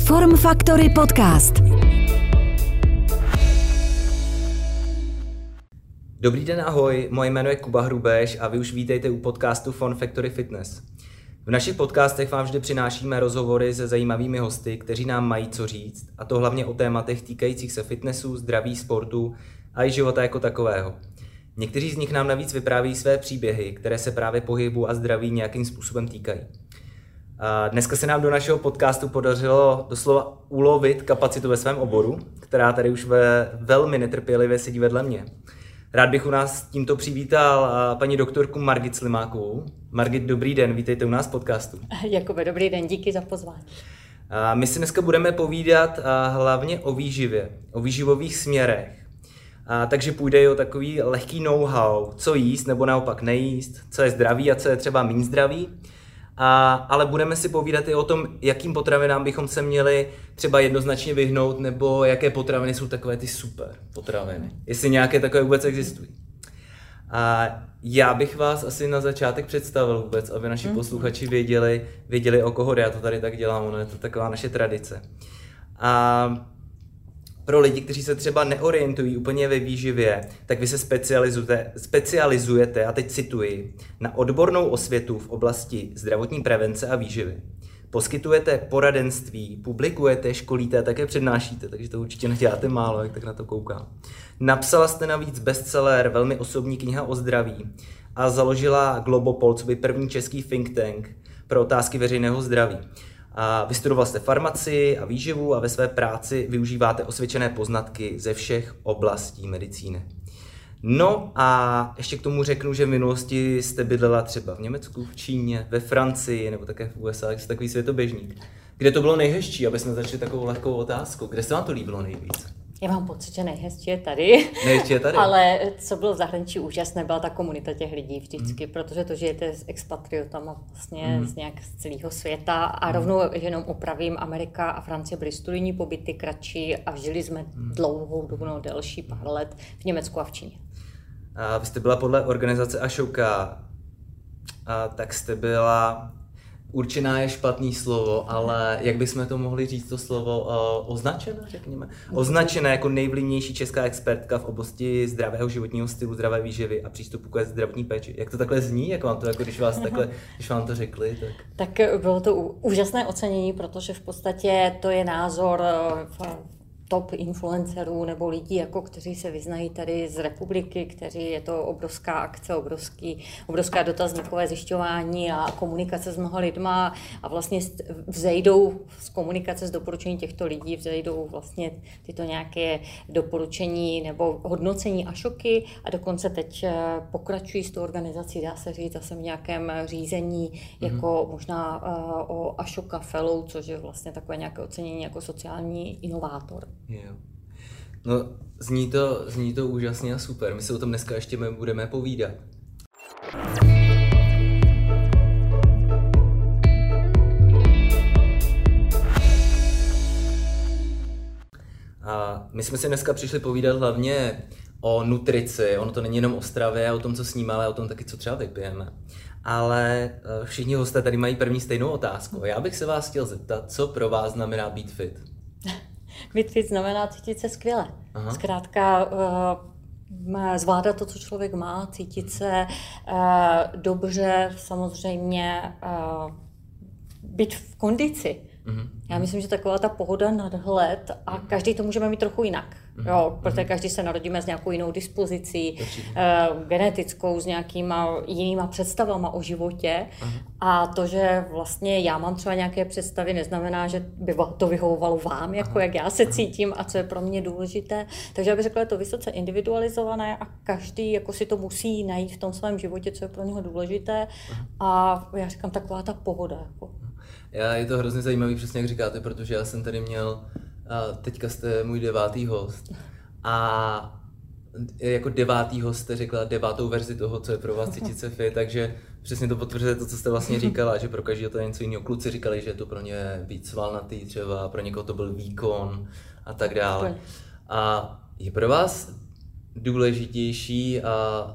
Form Factory Podcast. Dobrý den, ahoj, moje jméno je Kuba Hrubeš a vy už vítejte u podcastu Form Factory Fitness. V našich podcastech vám vždy přinášíme rozhovory se zajímavými hosty, kteří nám mají co říct, a to hlavně o tématech týkajících se fitnessu, zdraví, sportu a i života jako takového. Někteří z nich nám navíc vypráví své příběhy, které se právě pohybu a zdraví nějakým způsobem týkají. A dneska se nám do našeho podcastu podařilo doslova ulovit kapacitu ve svém oboru, která tady už velmi netrpělivě sedí vedle mě. Rád bych u nás tímto přivítal paní doktorku Margit Slimákovou. Margit, dobrý den, vítejte u nás v podcastu. Jakube, dobrý den, díky za pozvání. My si dneska budeme povídat hlavně o výživě, o výživových směrech. Takže půjde i o takový lehký know-how, co jíst nebo naopak nejíst, co je zdravý a co je třeba méně zdravý. Ale budeme si povídat i o tom, jakým potravinám bychom se měli třeba jednoznačně vyhnout, nebo jaké potraviny jsou takové ty super potraviny. Jestli nějaké takové vůbec existují. A já bych vás asi na začátek představil vůbec, aby naši posluchači věděli, o koho jde. Já to tady tak dělám, ono je to taková naše tradice. A pro lidi, kteří se třeba neorientují úplně ve výživě, tak vy se specializujete, a teď cituji, na odbornou osvětu v oblasti zdravotní prevence a výživy. Poskytujete poradenství, publikujete, školíte a také přednášíte, takže to určitě neděláte málo, jak tak na to koukám. Napsala jste navíc bestseller, velmi osobní kniha o zdraví a založila Globopol, co by první český think tank pro otázky veřejného zdraví. A vystudoval jste farmacii a výživu a ve své práci využíváte osvědčené poznatky ze všech oblastí medicíny. No a ještě k tomu řeknu, že v minulosti jste bydlela třeba v Německu, v Číně, ve Francii nebo také v USA, jste takový světoběžník. Kde to bylo nejhezčí, aby jsme začali takovou lehkou otázkou? Kde se vám to líbilo nejvíc? Já mám pocit, že nejhezčí je tady. Nejhezčí je tady. Ale co bylo v zahraničí úžasné, byla ta komunita těch lidí vždycky, protože to žijete s expatriotama vlastně z celého světa a rovnou jenom opravím, Amerika a Francie byly studijní pobyty kratší a žili jsme dlouhou dobu, delší pár let v Německu a v Číně. A vy jste byla podle organizace Ashoka, tak jste byla... Určená je špatný slovo, ale jak bychom to mohli říct to slovo označená, řekněme? Označená jako nejvlivnější česká expertka v oblasti zdravého životního stylu, zdravé výživy a přístupu ke zdravotní péči. Jak to takhle zní? Jak vám to, jako když vám to řekli? Tak bylo to úžasné ocenění, protože v podstatě to je názor top influencerů nebo lidí, jako kteří se vyznají tady z republiky, kteří je to obrovská akce, obrovská dotazníkové zjišťování a komunikace s mnoha lidma a vlastně vzejdou z komunikace s doporučení těchto lidí, vzejdou vlastně tyto nějaké doporučení nebo hodnocení Ashoky a dokonce teď pokračují s tou organizací, dá se říct, zase v nějakém řízení, jako možná o Ashoka Fellow, což je vlastně takové nějaké ocenění jako sociální inovátor. Jo. No, zní to úžasně a super. My se o tom dneska ještě budeme povídat. A my jsme si dneska přišli povídat hlavně o nutrici. Ono to není jenom o stravě, o tom, co snímáme, ale o tom taky, co třeba vypijeme. Ale všichni hosté tady mají první stejnou otázku. Já bych se vás chtěl zeptat, co pro vás znamená být fit? Být fit znamená cítit se skvěle. Aha. Zkrátka zvládat to, co člověk má, cítit se dobře, samozřejmě být v kondici. Já myslím, že taková ta pohoda, nadhled a každý to můžeme mít trochu jinak. Jo, protože každý se narodíme s nějakou jinou dispozicí, genetickou, s nějakýma jinýma představama o životě. A to, že vlastně já mám třeba nějaké představy, neznamená, že by to vyhovovalo vám, jako jak já se cítím a co je pro mě důležité. Takže já bych řekla, je to vysoce individualizované a každý jako si to musí najít v tom svém životě, co je pro něho důležité. A já říkám, taková ta pohoda. Jako. Je to hrozně zajímavý, přesně jak říkáte, protože já jsem tady měl, teďka jste můj 9. host a jako 9. host jste řekla 9. verzi toho, co je pro vás cítit se fit, takže přesně to potvrzuje to, co jste vlastně říkala, že pro každého to je něco jiného. Kluci říkali, že je to pro ně být svalnatý třeba, pro někoho to byl výkon a tak dále. A je pro vás důležitější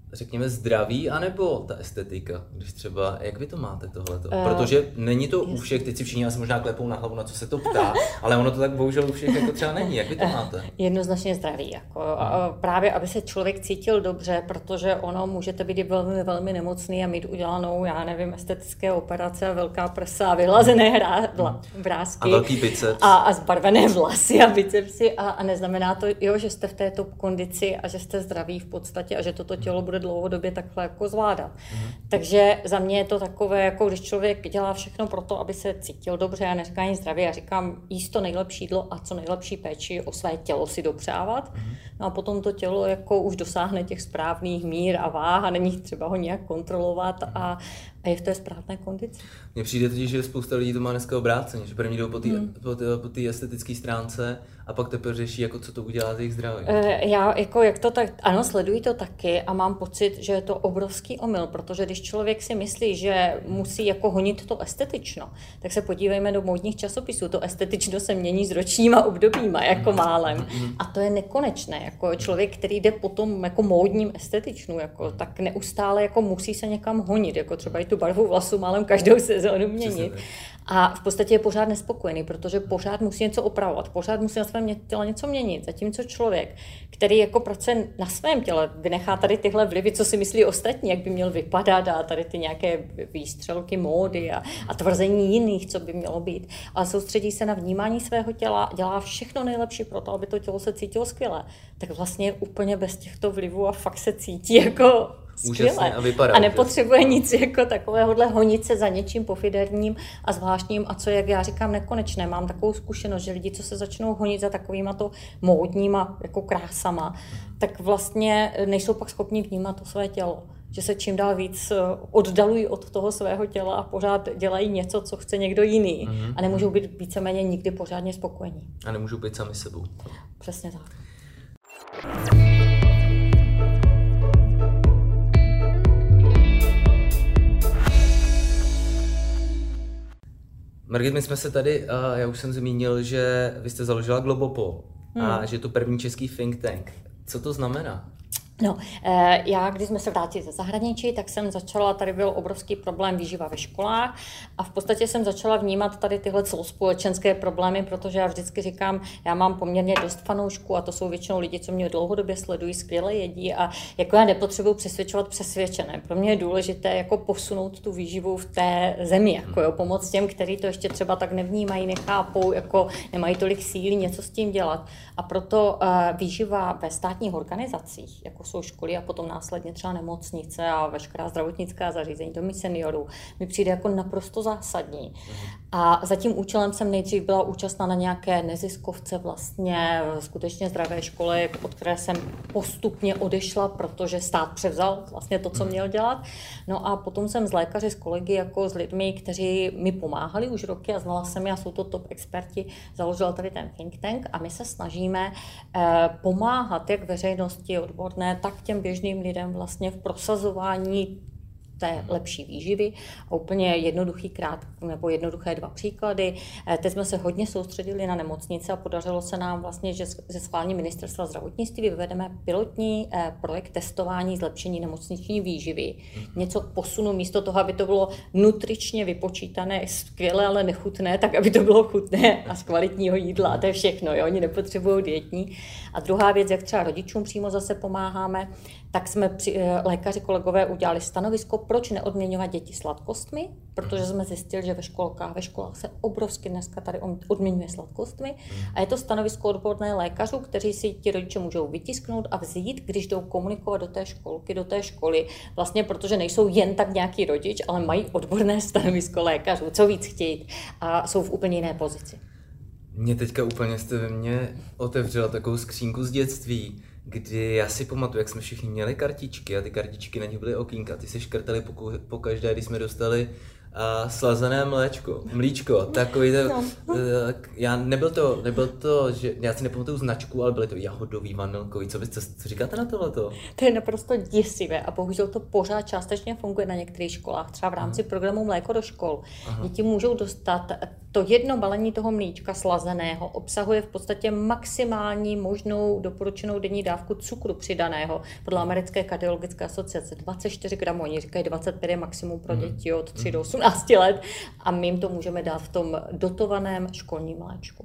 řekněme, zdraví, anebo ta estetika? Když třeba, jak vy to máte tohleto? Protože není to u všech, teď si všichni asi možná klepou na hlavu, na co se to ptá, ale ono to tak bohužel u všech jako třeba není. Jak vy to máte? Jednoznačně zdraví. Jako, právě, aby se člověk cítil dobře, protože ono můžete být velmi, velmi nemocný a mít udělanou, já nevím, estetické operace, velká prsa, vyhlazené vrásky. A velký biceps. A zbarvené vlasy a bicepsy a neznamená to, jo, že jste v té top kondici a že jste zdraví v podstatě a že toto tělo bude dlouhodobě takhle jako zvládat. Takže za mě je to takové, jako když člověk dělá všechno pro to, aby se cítil dobře, já neříkám ani zdravě, já říkám jíst to nejlepší jídlo a co nejlepší péči o své tělo si dopřávat. No a potom to tělo jako už dosáhne těch správných mír a váh a není třeba ho nějak kontrolovat a je v té správné kondici. Mně přijde totiž, že spousta lidí to má dneska obráceně, že první jdou po té estetické stránce a pak teprve řeší, jako co to udělá s jejich zdraví. Já jako jak to tak, ano, sleduji to taky a mám pocit, že je to obrovský omyl, protože když člověk si myslí, že musí jako honit to estetično, tak se podívejme do módních časopisů. To estetično se mění s ročníma obdobíma, jako málem. A to je nekonečné. Jako člověk, který jde po tom jako módním estetičnu, jako, tak neustále jako musí se někam honit, jako třeba i tu barvu vlasů málem každou sezónu měnit. A v podstatě je pořád nespokojený, protože pořád musí něco opravovat, pořád musí na svém těle něco měnit. Zatímco člověk, který jako pracuje na svém těle, vynechá tady tyhle vlivy, co si myslí ostatní, jak by měl vypadat a tady ty nějaké výstřelky módy a tvrzení jiných, co by mělo být. Ale soustředí se na vnímání svého těla, dělá všechno nejlepší pro to, aby to tělo se cítilo skvěle. Tak vlastně úplně bez těchto vlivů a fakt se cítí jako skvěle. A nepotřebuje nic jako takovéhohle honit se za něčím pofiderním a zvláštním a co, jak já říkám, nekonečné. Mám takovou zkušenost, že lidi, co se začnou honit za takovýma to módníma jako krásama, tak vlastně nejsou pak schopni vnímat to své tělo. Že se čím dál víc oddalují od toho svého těla a pořád dělají něco, co chce někdo jiný. A nemůžou být víceméně nikdy pořádně spokojení. A nemůžou být sami sebou. Přesně tak. Margit, my jsme se tady, já už jsem zmínil, že vy jste založila Globopol a že je to první český think tank. Co to znamená? No, já, když jsme se vrátili ze zahraničí, tak jsem začala, tady byl obrovský problém výživa ve školách a v podstatě jsem začala vnímat tady tyhle celospolečenské problémy, protože já vždycky říkám, já mám poměrně dost fanoušků a to jsou většinou lidi, co mě dlouhodobě sledují, skvěle jedí a jako já nepotřebuji přesvědčovat přesvědčené. Pro mě je důležité jako posunout tu výživu v té zemi, jako jo, pomoct těm, kteří to ještě třeba tak nevnímají, nechápou, jako nemají tolik síly něco s tím dělat. A proto výživa ve státních organizacích, jako jsou školy a potom následně třeba nemocnice a veškerá zdravotnická zařízení, domy seniorů, mi přijde jako naprosto zásadní. A za tím účelem jsem nejdřív byla účastná na nějaké neziskovce vlastně skutečně zdravé školy, od které jsem postupně odešla, protože stát převzal vlastně to, co měl dělat. No a potom jsem s lékaři, s kolegy, jako s lidmi, kteří mi pomáhali už roky a znala jsem je a jsou to top experti, založila tady ten think tank a my se snažíme pomáhat jak veřejnosti odborné, tak těm běžným lidem vlastně v prosazování té lepší výživy. A úplně jednoduché dva příklady. Teď jsme se hodně soustředili na nemocnice a podařilo se nám vlastně, že ze schválení ministerstva zdravotnictví vyvedeme pilotní projekt testování zlepšení nemocniční výživy. Něco posunu místo toho, aby to bylo nutričně vypočítané, skvělé, ale nechutné, tak aby to bylo chutné a z kvalitního jídla. A to je všechno, jo? Oni nepotřebují dietní. A druhá věc, jak třeba rodičům přímo zase pomáháme, tak jsme lékaři kolegové udělali stanovisko, proč neodměňovat děti sladkostmi, protože jsme zjistili, že ve školách se obrovsky dneska tady odměňuje sladkostmi a je to stanovisko odborné lékařů, kteří si ti rodiče můžou vytisknout a vzít, když jdou komunikovat do té školky, do té školy, vlastně protože nejsou jen tak nějaký rodič, ale mají odborné stanovisko lékařů, co víc chtějí a jsou v úplně jiné pozici. Mě teďka úplně jste ve mně otevřela takovou skřínku z dětství, kdy já si pamatuju, jak jsme všichni měli kartičky a ty kartičky na nich byly okýnka. Ty se škrtali pokaždé, když jsme dostali slazené mlíčko, takový to, no. nebyl to, že já si nepamatuju značku, ale byly to jahodový, vanilkový, co říkáte na tohleto? To je naprosto děsivé a bohužel to pořád částečně funguje na některých školách, třeba v rámci programu Mléko do škol. Děti můžou dostat To jedno balení toho mlíčka slazeného obsahuje v podstatě maximální možnou doporučenou denní dávku cukru přidaného podle americké kardiologické asociace 24 gramů. Oni říkají 25 je maximum pro děti od 3 do 18 let a my jim to můžeme dát v tom dotovaném školním mléčku.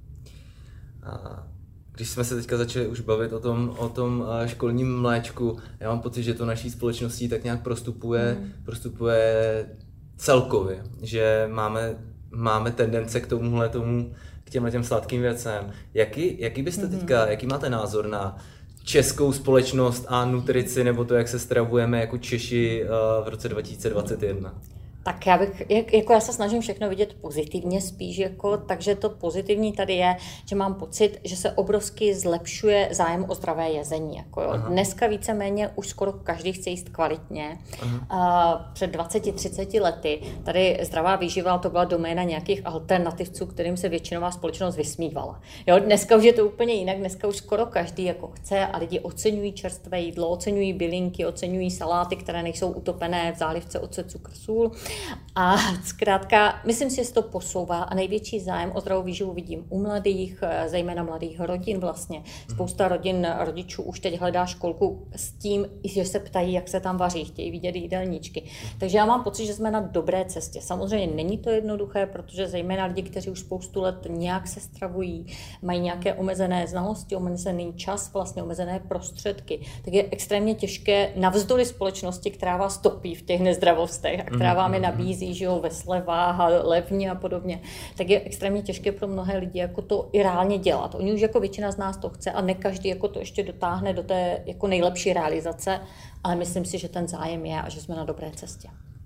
Když jsme se teďka začali už bavit o tom školním mléčku, já mám pocit, že to naší společností tak nějak prostupuje celkově, že máme tendence k těm sladkým věcem. Jaký byste teďka, jaký máte názor na českou společnost a nutrici, nebo to, jak se stravujeme jako Češi v roce 2021? Tak já se snažím všechno vidět pozitivně spíš, takže to pozitivní tady je, že mám pocit, že se obrovsky zlepšuje zájem o zdravé jezení. Dneska víceméně už skoro každý chce jíst kvalitně. Před 20-30 lety tady zdravá výživa, to byla doména nějakých alternativců, kterým se většinová společnost vysmívala. Dneska už je to úplně jinak, dneska už skoro každý chce a lidi oceňují čerstvé jídlo, oceňují bylinky, oceňují saláty, které nejsou utopené v zálivce ocet, cukr, sůl. A zkrátka, myslím si, že se to posouvá a největší zájem o zdravou výživu vidím u mladých, zejména mladých rodin vlastně. Spousta rodičů už teď hledá školku s tím, že se ptají, jak se tam vaří, chtějí vidět jídelníčky. Takže já mám pocit, že jsme na dobré cestě. Samozřejmě není to jednoduché, protože zejména lidi, kteří už spoustu let nějak se stravují, mají nějaké omezené znalosti, omezený čas, vlastně omezené prostředky, tak je extrémně těžké navzdory společnosti, která vás topí v těch nezdravostech a která vám je nabízí, že jo, ve slevách a levně a podobně, tak je extrémně těžké pro mnohé lidi to i reálně dělat. Oni už většina z nás to chce a ne každý to ještě dotáhne do té nejlepší realizace, ale myslím si, že ten zájem je a že jsme na dobré cestě.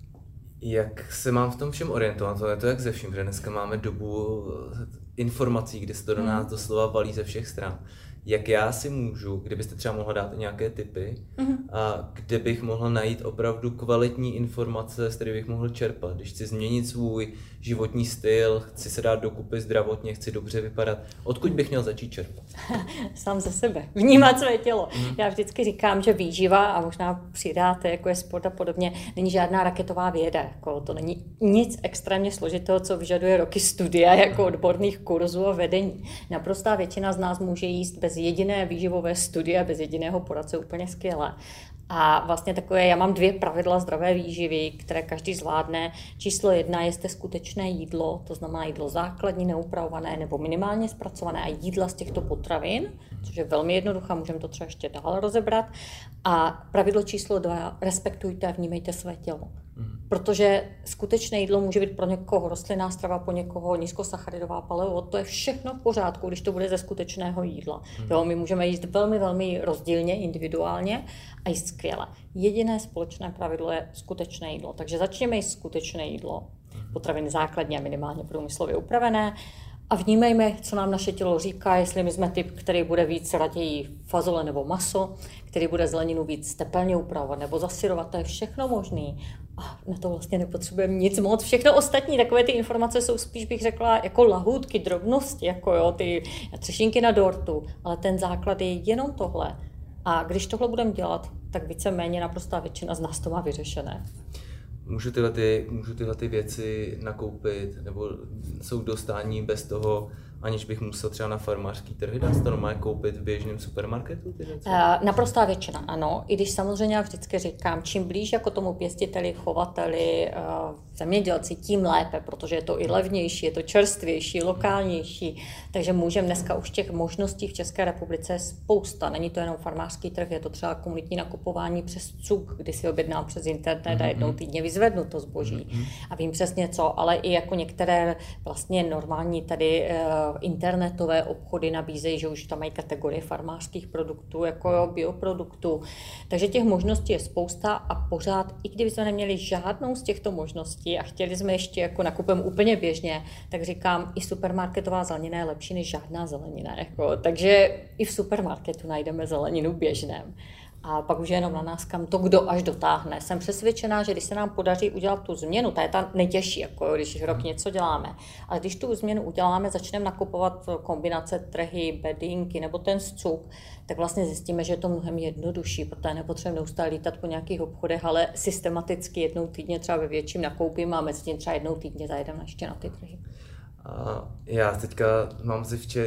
Jak se mám v tom všem orientovat? To je to jak ze vším, že dneska máme dobu informací, kde se to do nás doslova valí ze všech stran. Jak já si můžu, kdybyste třeba mohla dát nějaké tipy, a kde bych mohl najít opravdu kvalitní informace, z kterých bych mohl čerpat, když chci změnit svůj životní styl, chci se dát dokupy zdravotně, chci dobře vypadat, odkud bych měl začít čerpat? Sám ze sebe, vnímat své tělo. Já vždycky říkám, že výživa, a možná přidáte, jako je sport a podobně, není žádná raketová věda, to není nic extrémně složitého, co vyžaduje roky studia, odborných kurzů a vedení. Naprostá většina z nás může jíst bez jediné výživové studie, bez jediného poradce úplně skvěle. A vlastně já mám 2 pravidla zdravé výživy, které každý zvládne. Číslo 1 jeste skutečné jídlo, to znamená jídlo základní, neupravované nebo minimálně zpracované a jídla z těchto potravin, což je velmi jednoduché, můžeme to třeba ještě dál rozebrat. A pravidlo číslo 2, respektujte a vnímejte své tělo. Protože skutečné jídlo může být pro někoho rostlinná strava, pro někoho nízkosacharidová paleo, to je všechno v pořádku, když to bude ze skutečného jídla. My můžeme jíst velmi, velmi rozdílně, individuálně a jíst skvěle. Jediné společné pravidlo je skutečné jídlo. Takže začněme jíst skutečné jídlo, potraviny základně a minimálně průmyslově upravené, a vnímejme, co nám naše tělo říká, jestli my jsme typ, který bude víc raději fazole nebo maso, který bude zeleninu víc tepelně upravovat nebo zasyrovat, to je všechno možný. A na to vlastně nepotřebujeme nic moc. Všechno ostatní, takové ty informace jsou spíš, bych řekla, jako lahůdky, drobnosti, ty třešinky na dortu, ale ten základ je jenom tohle. A když tohle budeme dělat, tak víceméně naprostá většina z nás to má vyřešené. Můžu tyhle ty věci nakoupit, nebo jsou dostání bez toho, aniž bych musel třeba na farmářský trhy, dá se to normálně koupit v běžném supermarketu? Naprostá většina, ano. I když samozřejmě já vždycky říkám, čím blíž jako tomu pěstiteli, chovateli, zemědělci, tím lépe, protože je to i levnější, je to čerstvější, lokálnější. Takže můžeme dneska už těch možností v České republice je spousta. Není to jenom farmářský trh, je to třeba komunitní nakupování přes CUK, kdy si objednám přes internet a jednou týdně vyzvednu to zboží. A vím přesně co, ale i jako některé vlastně normální tady internetové obchody nabízejí, že už tam mají kategorie farmářských produktů, jako bioproduktů. Takže těch možností je spousta a pořád, i kdyby jsme neměli žádnou z těchto možností a chtěli jsme ještě jako nakupem úplně běžně, tak říkám, i supermarketová zelenina je lepší než žádná zelenina. Takže i v supermarketu najdeme zeleninu běžném. A pak už je jenom na nás, kam to kdo až dotáhne. Jsem přesvědčená, že když se nám podaří udělat tu změnu, ta je ta nejtěžší, když rok něco děláme. Ale když tu změnu uděláme, začneme nakupovat kombinace trhy, bedinky nebo ten cuk, tak vlastně zjistíme, že je to mnohem jednodušší, protože nepotřebujeme neustále lítat po nějakých obchodech, ale systematicky jednou týdně třeba ve větším nakoupím a mezi tím třeba jednou týdně zajedeme ještě na ty trhy. Já teďka mám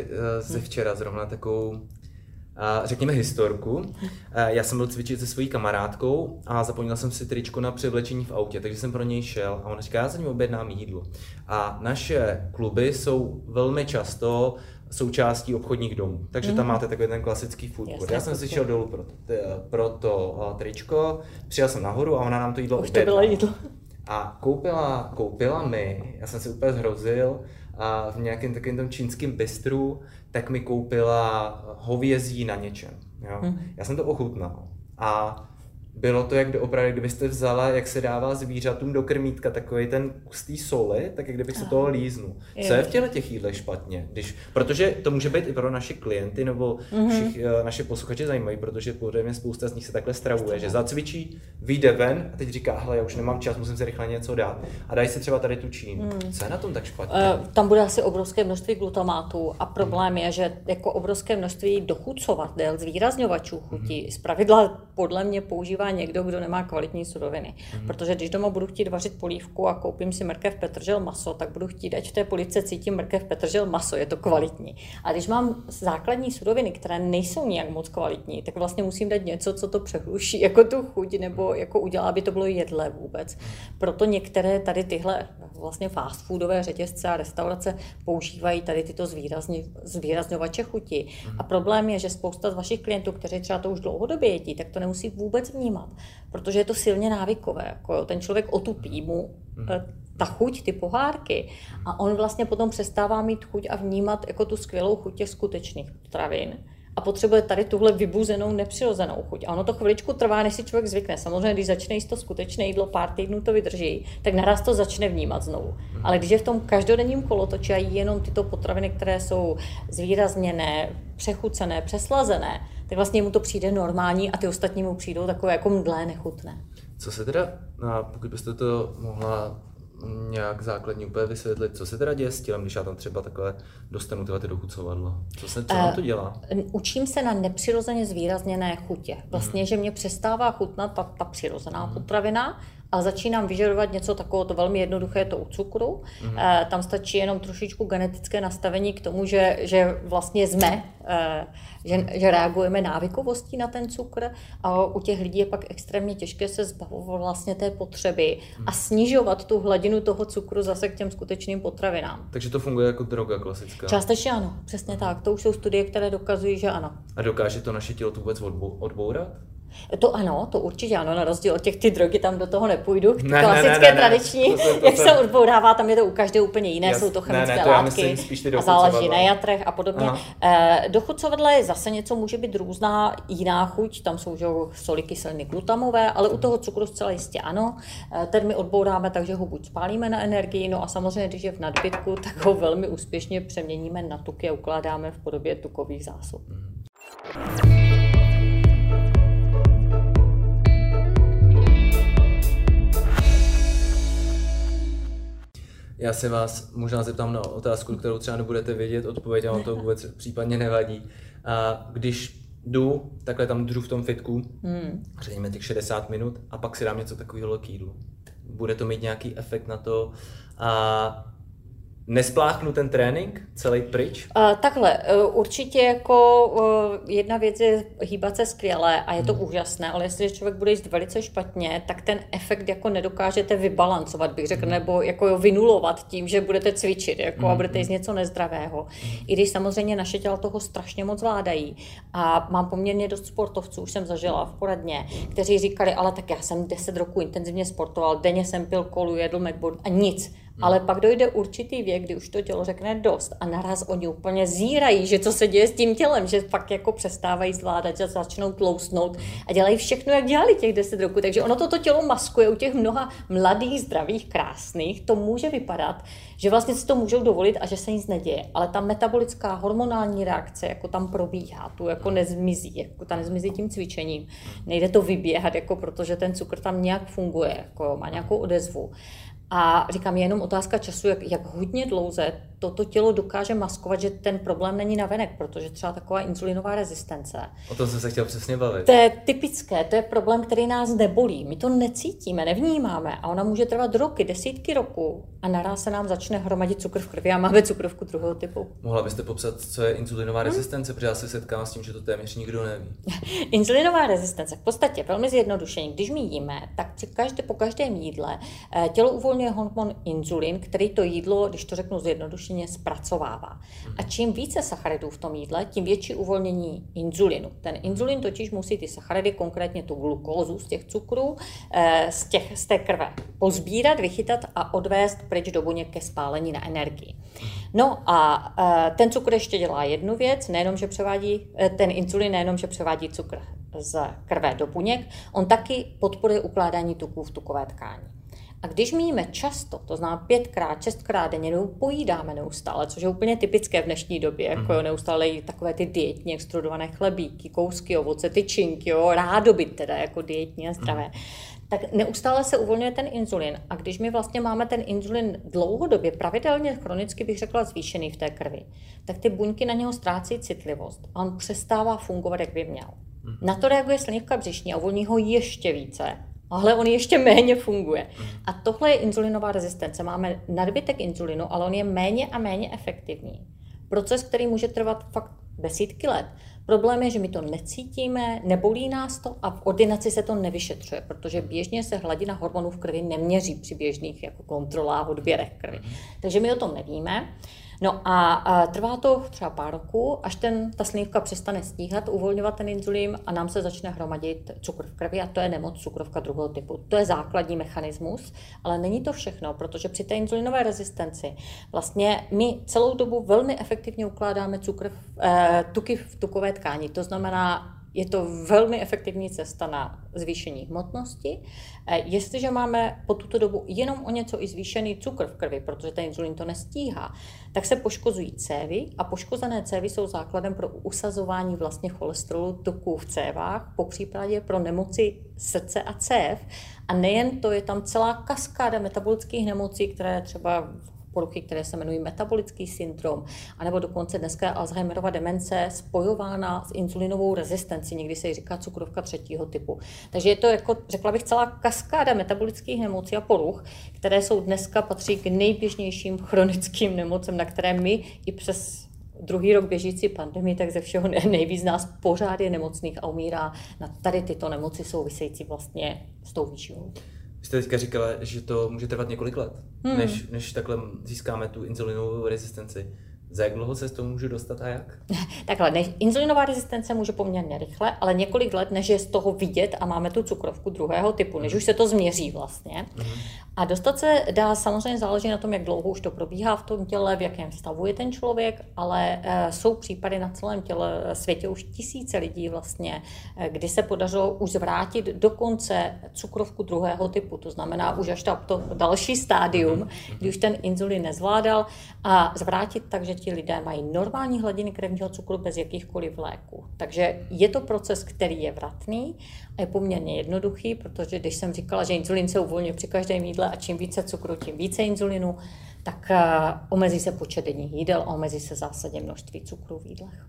ze včera zrovna takovou, řekněme, historku. Já jsem byl cvičit se svojí kamarádkou a zapomněl jsem si tričko na převlečení v autě, takže jsem pro něj šel a ona říká, já za ním objednám jídlo. A naše kluby jsou velmi často součástí obchodních domů, takže tam máte takový ten klasický food court. Já jsem si šel dolů pro to tričko, přijel jsem nahoru a ona nám to jídlo objednala. To bylo jídlo. A koupila mi, já jsem si úplně zhrozil, a v nějakém takovém tom čínském bistru, tak mi koupila hovězí na něčem. Jo? Já jsem to ochutnal a bylo to jak doopravdy, kdybyste vzala, jak se dává zvířatům do krmítka takový ten kus té soli, tak jak kdybych se toho líznul. Co je v těch jídlech špatně? Protože to může být i pro naše klienty nebo naše posluchače zajímají, protože podle mě spousta z nich se takhle stravuje, že zacvičí, vyjde ven a teď říká, hele, já už nemám čas, musím si rychle něco dát. A dají si třeba tady tu čínu. Co je na tom tak špatně? Tam bude asi obrovské množství glutamátu a problém je, že jako obrovské množství dochucovadel, zvýrazňovačů chutí, zpravidla podle mě používá někdo, kdo nemá kvalitní suroviny. Protože když doma budu chtít vařit polívku a koupím si mrkev, petržel, maso, tak budu chtít, ať v té polívce cítím mrkev, petržel, maso, je to kvalitní. A když mám základní suroviny, které nejsou nijak moc kvalitní, tak vlastně musím dát něco, co to přehluší jako tu chuť, nebo jako udělá, aby to bylo jedlé vůbec. Proto některé tady tyhle vlastně fast foodové řetězce a restaurace používají tady tyto zvýrazňovače chuti. A problém je, že spousta z vašich klientů, kteří třeba to už dlouhodobě jedí, tak to nemusí vůbec vnímat, protože je to silně návykové. Jako jo, ten člověk otupí mu ta chuť, ty pohárky a on vlastně potom přestává mít chuť a vnímat jako tu skvělou chuť těch skutečných potravin a potřebuje tady tuhle vybuzenou, nepřirozenou chuť. A ono to chviličku trvá, než si člověk zvykne. Samozřejmě, když začne jíst to skutečné jídlo, pár týdnů to vydrží, tak naraz to začne vnímat znovu. Ale když je v tom každodenním kolotoči a jí jenom tyto potraviny, které jsou zvýrazněné, přechucené, přeslazené, tak vlastně mu to přijde normální a ty ostatní mu přijdou takové jako mdlé, nechutné. Co se teda, pokud byste to mohla nějak základně úplně vysvětlit, co se teda děje s tělem, když já tam třeba takhle dostanu ty dochucovadla? Co nám to dělá? Učím se na nepřirozeně zvýrazněné chutě. Vlastně, že mě přestává chutnat ta přirozená potravina, a začínám vyžadovat něco takového, to velmi jednoduché, to u cukru. Tam stačí jenom trošičku genetické nastavení k tomu, že vlastně že reagujeme návykovostí na ten cukr a u těch lidí je pak extrémně těžké se zbavovat vlastně té potřeby a snižovat tu hladinu toho cukru zase k těm skutečným potravinám. Takže to funguje jako droga klasická? Částečně ano, přesně tak. To už jsou studie, které dokazují, že ano. A dokáže to naše tělo to vůbec odbourat? To ano, to určitě ano, na rozdíl od těch ty drogy tam do toho nepůjdu. Klasické, tradiční, jak se odbourává, tam je to u každé úplně jiné, jsou to chemické látky a záleží na jatrech a podobně. Dochucovadla je zase něco, může být různá jiná chuť, tam jsou soli, kyseliny, glutamové, ale u toho cukru zcela jistě ano. Ten my odbouráme, takže ho buď spálíme na energii, no a samozřejmě, když je v nadbytku, tak ho velmi úspěšně přeměníme na tuky a ukládáme v podobě tukových zásob. Já se vás možná zeptám na otázku, kterou třeba nebudete vědět, odpověď, a vám to vůbec případně nevadí. A když jdu, takhle tam držu v tom fitku, řekněme těch 60 minut a pak si dám něco takového k jídlu. Bude to mít nějaký efekt na to a nespláchnu ten trénink celý pryč? Takhle, určitě jako jedna věc je hýbat se skvěle a je to úžasné, ale jestli člověk bude jíst velice špatně, tak ten efekt jako nedokážete vybalancovat, bych řekl, nebo jako vynulovat tím, že budete cvičit jako a budete jíst něco nezdravého. I když samozřejmě naše těla toho strašně moc zvládají. A mám poměrně dost sportovců, už jsem zažila v poradně, kteří říkali, ale tak já jsem 10 roků intenzivně sportoval, denně jsem pil kolu, jedl McBoard a nic. Ale pak dojde určitý věk, kdy už to tělo řekne dost a naraz oni úplně zírají, že co se děje s tím tělem, že pak jako přestávají zvládat, že začnou tlousnout a dělají všechno, jak dělali těch 10 roků. Takže ono toto tělo maskuje u těch mnoha mladých, zdravých, krásných. To může vypadat, že vlastně si to můžou dovolit a že se nic neděje. Ale ta metabolická hormonální reakce jako tam probíhá, tu jako nezmizí, jako ta nezmizí tím cvičením. Nejde to vyběhat, jako protože ten cukr tam nějak funguje, jako má nějakou odezvu. A říkám, je jenom otázka času, jak hodně dlouze toto tělo dokáže maskovat, že ten problém není navenek, protože třeba taková inzulinová rezistence. O tom jsem se chtěl přesně bavit. To je typické, to je problém, který nás nebolí. My to necítíme, nevnímáme a ona může trvat roky, desítky roků a naraz se nám začne hromadit cukr v krvi a máme cukrovku druhého typu. Mohla byste popsat, co je inzulinová rezistence, protože já se setkám s tím, že to téměř nikdo neví. Inzulinová rezistence v podstatě velmi zjednodušeně, když my jíme, tak po každém jídle tělo uvolňuje hormon inzulin, který to jídlo, když to řeknu zjednodušeně, zpracovává. A čím více sacharidů v tom jídle, tím větší uvolnění inzulinu. Ten inzulin totiž musí ty sacharidy, konkrétně tu glukózu z těch cukrů, z té krve pozbírat, vychytat a odvést pryč do buněk ke spálení na energii. No a ten cukr ještě dělá jednu věc, ten inzulin nejenom, že převádí cukr z krve do buněk, on taky podporuje ukládání tuků v tukové tkáni. A když my jíme často, to znamená 5x, 6x denně, pojídáme neustále, což je úplně typické v dnešní době, jako neustále jí takové ty dietní extrudované chlebíky, kousky ovoce, tyčinky, rádoby teda jako dietní a zdravé, tak neustále se uvolňuje ten inzulin. A když my vlastně máme ten inzulin dlouhodobě, pravidelně, chronicky bych řekla zvýšený v té krvi, tak ty buňky na něho ztrácí citlivost a on přestává fungovat, jak by měl. Na to reaguje slinivka břišní a uvolní ho ještě více. Ale on ještě méně funguje. A tohle je inzulinová rezistence. Máme nadbytek inzulinu, ale on je méně a méně efektivní. Proces, který může trvat fakt desítky let. Problém je, že my to necítíme, nebolí nás to a v ordinaci se to nevyšetřuje, protože běžně se hladina hormonů v krvi neměří při běžných jako kontrolách, odběrech krvi. Takže my o tom nevíme. No a trvá to třeba pár roků, až ta slinivka přestane stíhat, uvolňovat ten inzulin a nám se začne hromadit cukr v krvi a to je nemoc cukrovka druhého typu. To je základní mechanismus, ale není to všechno, protože při té inzulinové rezistenci vlastně my celou dobu velmi efektivně ukládáme tuky v tukové tkáni. To znamená, je to velmi efektivní cesta na zvýšení hmotnosti. Jestliže máme po tuto dobu jenom o něco i zvýšený cukr v krvi, protože ten inzulin to nestíhá, tak se poškozují cévy a poškozené cévy jsou základem pro usazování vlastně cholesterolu tuků v cévách, popřípadě pro nemoci srdce a cév. A nejen to, je tam celá kaskáda metabolických nemocí, které třeba poruchy, které se jmenují metabolický syndrom, anebo dokonce dneska Alzheimerova demence spojována s inzulinovou rezistencí, někdy se jí říká cukrovka třetího typu. Takže je to, jako, řekla bych, celá kaskáda metabolických nemocí a poruch, které jsou dneska patří k nejběžnějším chronickým nemocem, na které my i přes druhý rok běžící pandemii, tak ze všeho nejvíc nás pořád je nemocných a umírá na tady tyto nemoci související vlastně s tou výživou. Vy jste teďka říkala, že to může trvat několik let, než takhle získáme tu inzulinovou rezistenci. Za jak dlouho se s tomu můžu dostat a jak? Takhle, inzulinová rezistence může poměrně rychle, ale několik let, než je z toho vidět a máme tu cukrovku druhého typu, než už se to změří vlastně. A dostat se dá, samozřejmě záleží na tom, jak dlouho už to probíhá v tom těle, v jakém stavu je ten člověk, ale jsou případy na celém světě už tisíce lidí vlastně, kdy se podařilo už zvrátit dokonce cukrovku druhého typu, to znamená už až to další stádium, kdy už ten inzulin nezvládal a zvrátit tak, že ti lidé mají normální hladiny krevního cukru bez jakýchkoliv léků. Takže je to proces, který je vratný a je poměrně jednoduchý, protože když jsem říkala, že inzulin se uvolňuje při každém jídle a čím více cukru, tím více inzulinu, tak omezí se počet denních jídel a omezí se zásadně množství cukru v jídlech.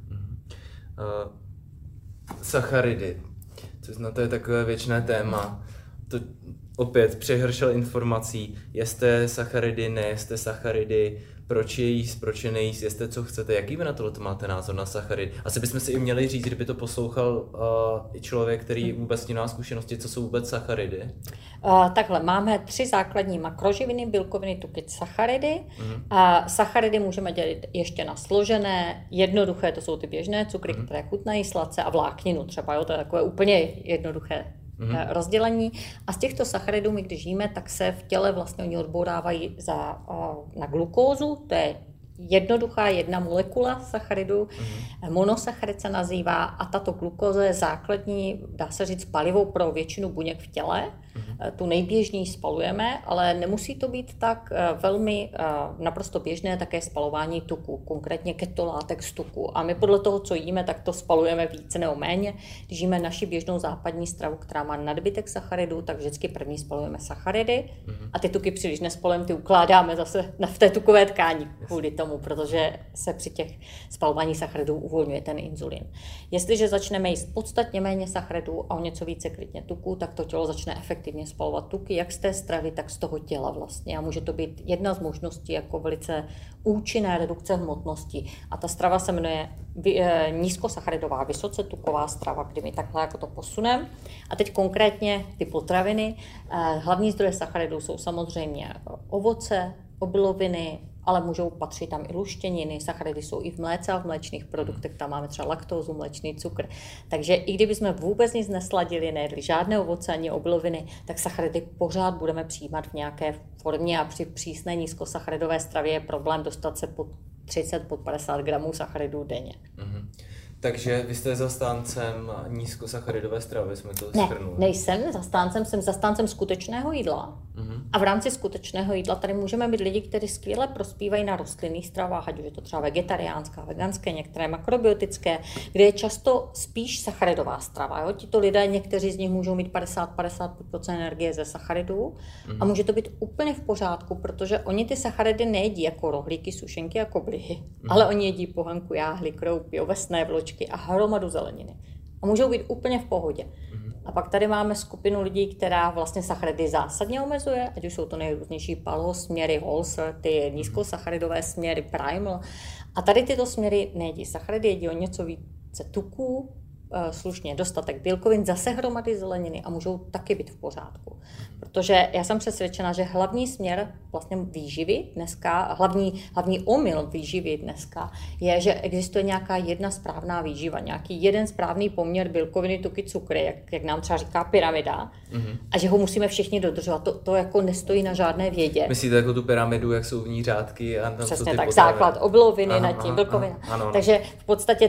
Sacharidy, což na to je takové věčné téma. To opět přehršel informací, jeste sacharidy, nejeste sacharidy, proč je jíst, proč je nejíst, jeste co chcete, jaký vy na tohle máte názor na sacharidy? Asi bychom si i měli říct, kdyby to poslouchal i člověk, který vůbec nemá zkušenosti, co jsou vůbec sacharidy? Takhle, máme 3 základní makroživiny, bílkoviny, tuky, sacharidy. A sacharidy můžeme dělit ještě na složené, jednoduché, to jsou ty běžné cukry, které chutnají sladce a vlákninu třeba, jo, to je takové úplně jednoduché rozdělení. A z těchto sacharidů, my když jíme, tak se v těle vlastně oni odbourávají na glukózu, to je jednoduchá jedna molekula sacharidu, monosacharid se nazývá a tato glukóza je základní, dá se říct, palivo pro většinu buněk v těle. tu nejběžněji spalujeme, ale nemusí to být tak velmi naprosto běžné také spalování tuku, konkrétně ketolátek z tuku. A my podle toho, co jíme, tak to spalujeme více nebo méně. Když jíme naši běžnou západní stravu, která má nadbytek sacharidů, tak vždycky první spalujeme sacharidy a ty tuky příliš nespalujeme, ty ukládáme zase v té tukové tkáni kvůli tomu, protože se při těch spalování sacharidů uvolňuje ten inzulin. Jestliže začneme jíst podstatně méně sacharidů a o něco více klidně tuku, tak to tělo začne efektivně spalovat tuky, jak z té stravy, tak z toho těla vlastně. A může to být jedna z možností jako velice účinné redukce hmotnosti. A ta strava se jmenuje nízkosacharidová, vysoce tuková strava, kdy my takhle jako to posuneme. A teď konkrétně ty potraviny. Hlavní zdroje sacharidů jsou samozřejmě ovoce, obiloviny, ale můžou patřit tam i luštěniny, sacharidy jsou i v mléce a v mléčných produktech, tam máme třeba laktózu, mléčný cukr. Takže i kdybychom vůbec nic nesladili, nejedli žádné ovoce ani obiloviny, tak sacharidy pořád budeme přijímat v nějaké formě a při přísné nízkosacharidové stravě je problém dostat se pod 30, pod 50 gramů sacharidů denně. Mm-hmm. Takže vy jste zastáncem nízkosacharidové stravy, jsme to shrnuli. Ne, nejsem zastáncem, jsem zastáncem skutečného jídla. A v rámci skutečného jídla tady můžeme být lidi, kteří skvěle prospívají na rostlinných stravách, ať už je to třeba vegetariánská, veganské, některé makrobiotické, kde je často spíš sacharidová strava. Jo? Tito lidé, někteří z nich můžou mít 50-55% energie ze sacharidů a může to být úplně v pořádku, protože oni ty sacharidy nejedí jako rohlíky, sušenky a koblihy, ale oni jedí pohanku, jáhly, kroupy, ovesné vločky a hromadu zeleniny. A můžou být úplně v pohodě. A pak tady máme skupinu lidí, která vlastně sacharidy zásadně omezuje, ať už jsou to nejrůznější paleo směry, Holzer, ty nízkosacharidové směry, Primal. A tady tyto směry nejedí sacharidy, jedí o něco více tuků, slušně dostatek bílkovin, zase hromady zeleniny a můžou taky být v pořádku. Protože já jsem přesvědčena, že hlavní směr vlastně výživy dneska, hlavní omyl výživy dneska je, že existuje nějaká jedna správná výživa, nějaký jeden správný poměr bílkoviny, tuky, cukry, jak nám třeba říká pyramida, a že ho musíme všichni dodržovat. To jako nestojí na žádné vědě. Myslíte jako tu pyramidu, jak jsou v ní řádky? A tam přesně jsou ty tak, potraviny. základ obiloviny nad tím, bílkovina. Ano. Takže v podstatě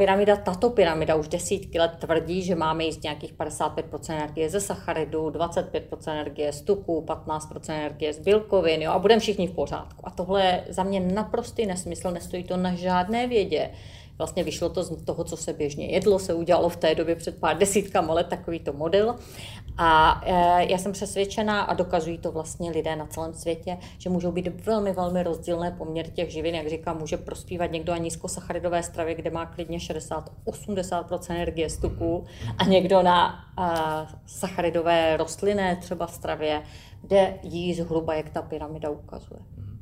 tato pyramida už desítky let tvrdí, že máme jíst nějakých 55% energie ze sacharidů, 25% energie z tuku, 15% energie z bílkovin, jo, a budeme všichni v pořádku. A tohle je za mě naprostý nesmysl, nestojí to na žádné vědě. Vlastně vyšlo to z toho, co se běžně jedlo, se udělalo v té době před pár desítkami let takovýto model. A já jsem přesvědčená a dokazují to vlastně lidé na celém světě, že můžou být velmi, velmi rozdílné poměry těch živin. Jak říkám, může prospívat někdo na nízkosacharidové stravě, kde má klidně 60-80% energie z tuku a někdo na sacharidové rostlinné třeba stravě, kde jí zhruba, jak ta pyramida ukazuje.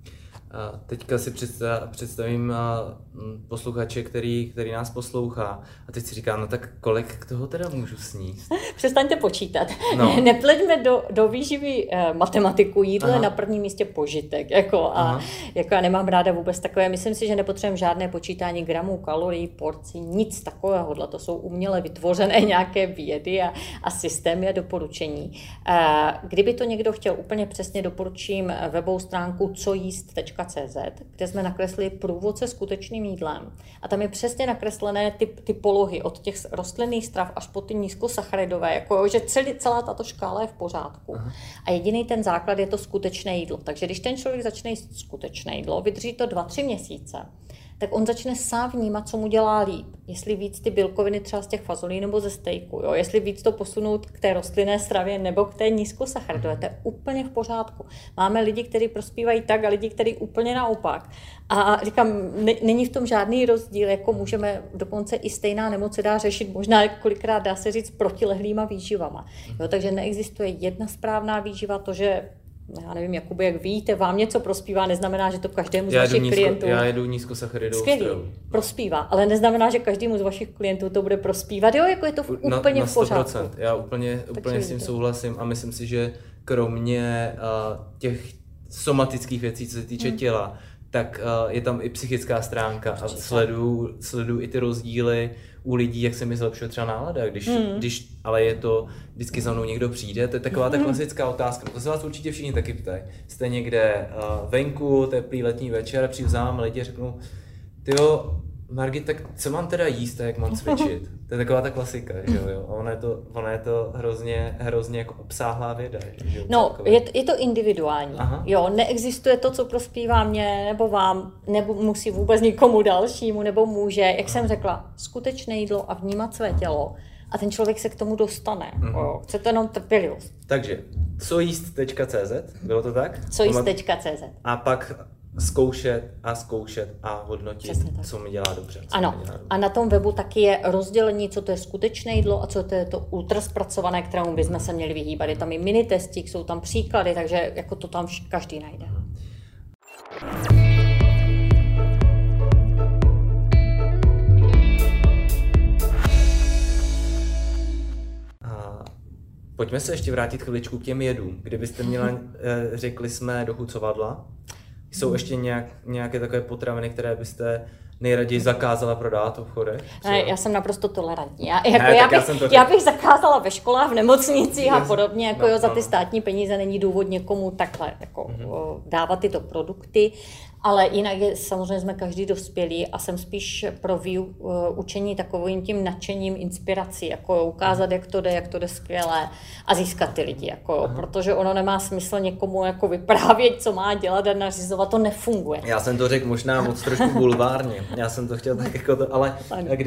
A teďka si představím posluchače, který nás poslouchá a teď si říká, no tak kolik toho teda můžu sníst? Přestaňte počítat. No. Nepleťme do výživy matematiku, jídlo je na prvním místě požitek. Já nemám ráda vůbec takové, myslím si, že nepotřebujeme žádné počítání gramů, kalorií, porcí, nic takového. To jsou uměle vytvořené nějaké vědy a systémy a doporučení. Kdyby to někdo chtěl úplně přesně, doporučím webovou stránku cojíst.cz, kde jsme nakreslili průvod se skutečným jídlem. A tam je přesně nakreslené ty polohy od těch rostlinných strav až po ty nízkosacharidové, jako že celá tato škála je v pořádku. Aha. A jediný ten základ je to skutečné jídlo. Takže když ten člověk začne jíst skutečné jídlo, vydrží to 2-3 měsíce, tak on začne sám vnímat, co mu dělá líp. Jestli víc ty bílkoviny třeba z těch fazolí nebo ze stejku, jo? Jestli víc to posunout k té rostlinné stravě nebo k té nízkosacharidové, to je úplně v pořádku. Máme lidi, kteří prospívají tak a lidi, kteří úplně naopak. A říkám, není v tom žádný rozdíl, jako můžeme dokonce i stejná nemoc se dá řešit, možná kolikrát dá se říct protilehlýma výživama. Jo? Takže neexistuje jedna správná výživa, to, že já nevím, Jakube, jak víte, vám něco prospívá, neznamená, že to každému z vašich klientů... Já jedu nízkosacharidovou stravu. Prospívá, ale neznamená, že každému z vašich klientů to bude prospívat. Jo, jako je to úplně v pořádku. 100%. Já úplně s tím souhlasím a myslím si, že kromě těch somatických věcí, co se týče těla, tak je tam i psychická stránka a sleduju i ty rozdíly u lidí, jak se mi zlepšuje třeba nálada, když ale je to, vždycky za mnou někdo přijde, to je taková ta klasická otázka, to se vás určitě všichni taky ptají. Jste někde venku, teplý letní večer, přijdu za vámi lidi a řeknu, tyjo, Margit, tak co mám teda jíst a jak mám cvičit? To je taková ta klasika, že jo? Ono je to hrozně jako obsáhlá věda. Že jo? No, je to individuální. Aha. Jo, neexistuje to, co prospívá mě nebo vám, nebo musí vůbec nikomu dalšímu, nebo může, jak jsem řekla, skutečné jídlo a vnímat své tělo. A ten člověk se k tomu dostane. Jo. Chce to jenom trpělivost. Takže, cojíst.cz, bylo to tak? Cojíst.cz. A pak zkoušet a hodnotit, co mi dělá dobře. Ano, a na tom webu taky je rozdělení, co to je skutečné jídlo a co to je to ultraspracované, kterému bychom se měli vyhýbat. Je tam i mini testík, jsou tam příklady, takže jako to tam každý najde. Pojďme se ještě vrátit chviličku k těm jedům. Kdybyste měla, řekli jsme, dochucovadla, jsou ještě nějaké takové potraviny, které byste nejraději zakázala prodávat v obchodech? Ne, já jsem naprosto tolerantní. Já bych zakázala ve školách, v nemocnicích a podobně, jako za ty státní peníze není důvod někomu takhle jako dávat tyto produkty, ale jinak samozřejmě jsme každý dospělí a jsem spíš pro učení takovým tím nadšením, inspirací, jako ukázat, jak to jde skvěle a získat ty lidi, jako, protože ono nemá smysl někomu jako vyprávět, co má dělat a nařizovat, to nefunguje. Já jsem to řekl možná moc trošku bulvárně, já jsem to chtěl tak jako to, ale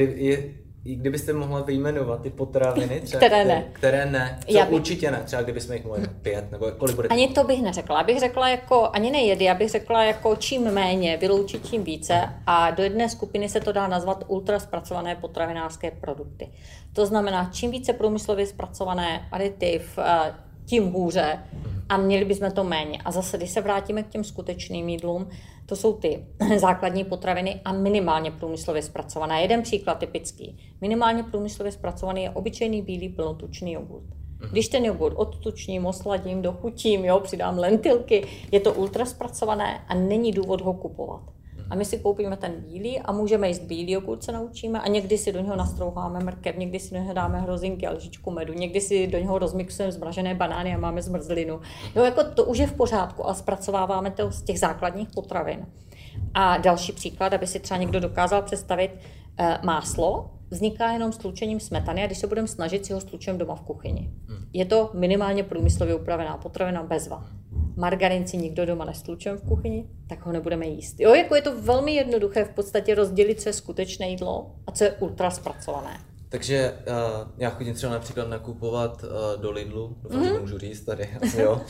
kdybyste mohla vyjmenovat ty potraviny, třeba, které ne, určitě ne, třeba kdybychom jich mohli 5 nebo kolik bude. Ani to bych neřekla, já bych řekla jako, ani nejedy, já bych řekla jako čím méně, vyloučit tím více a do jedné skupiny se to dá nazvat ultraspracované potravinářské produkty. To znamená, čím více průmyslově zpracované aditiv, tím hůře a měli bychom to méně. A zase, když se vrátíme k těm skutečným jídlům, to jsou ty základní potraviny a minimálně průmyslově zpracované. Jeden příklad typický. Minimálně průmyslově zpracovaný je obyčejný bílý plnotučný jogurt. Když ten jogurt odtučním, osladím, dochutím, přidám lentilky, je to ultraspracované a není důvod ho kupovat. A my si koupíme ten bílý a můžeme jíst bílý jogurt, se naučíme a někdy si do něho nastrouháme mrkev, někdy si do něho dáme hrozinky a lžičku medu, někdy si do něho rozmixujeme zmražené banány a máme zmrzlinu. Jako to už je v pořádku, ale zpracováváme to z těch základních potravin. A další příklad, aby si třeba někdo dokázal představit, máslo vzniká jenom stlučením smetany a když se budeme snažit, si ho stlučujeme doma v kuchyni. Je to minimálně průmyslově upravená potravina bez vad. Margarin si nikdo doma nestlučujeme v kuchyni, tak ho nebudeme jíst. Jako je to velmi jednoduché v podstatě rozdělit, co je skutečné jídlo a co je ultraspracované. Takže já chodím třeba například nakupovat do Lidlu, doufám, že můžu říct tady, jo.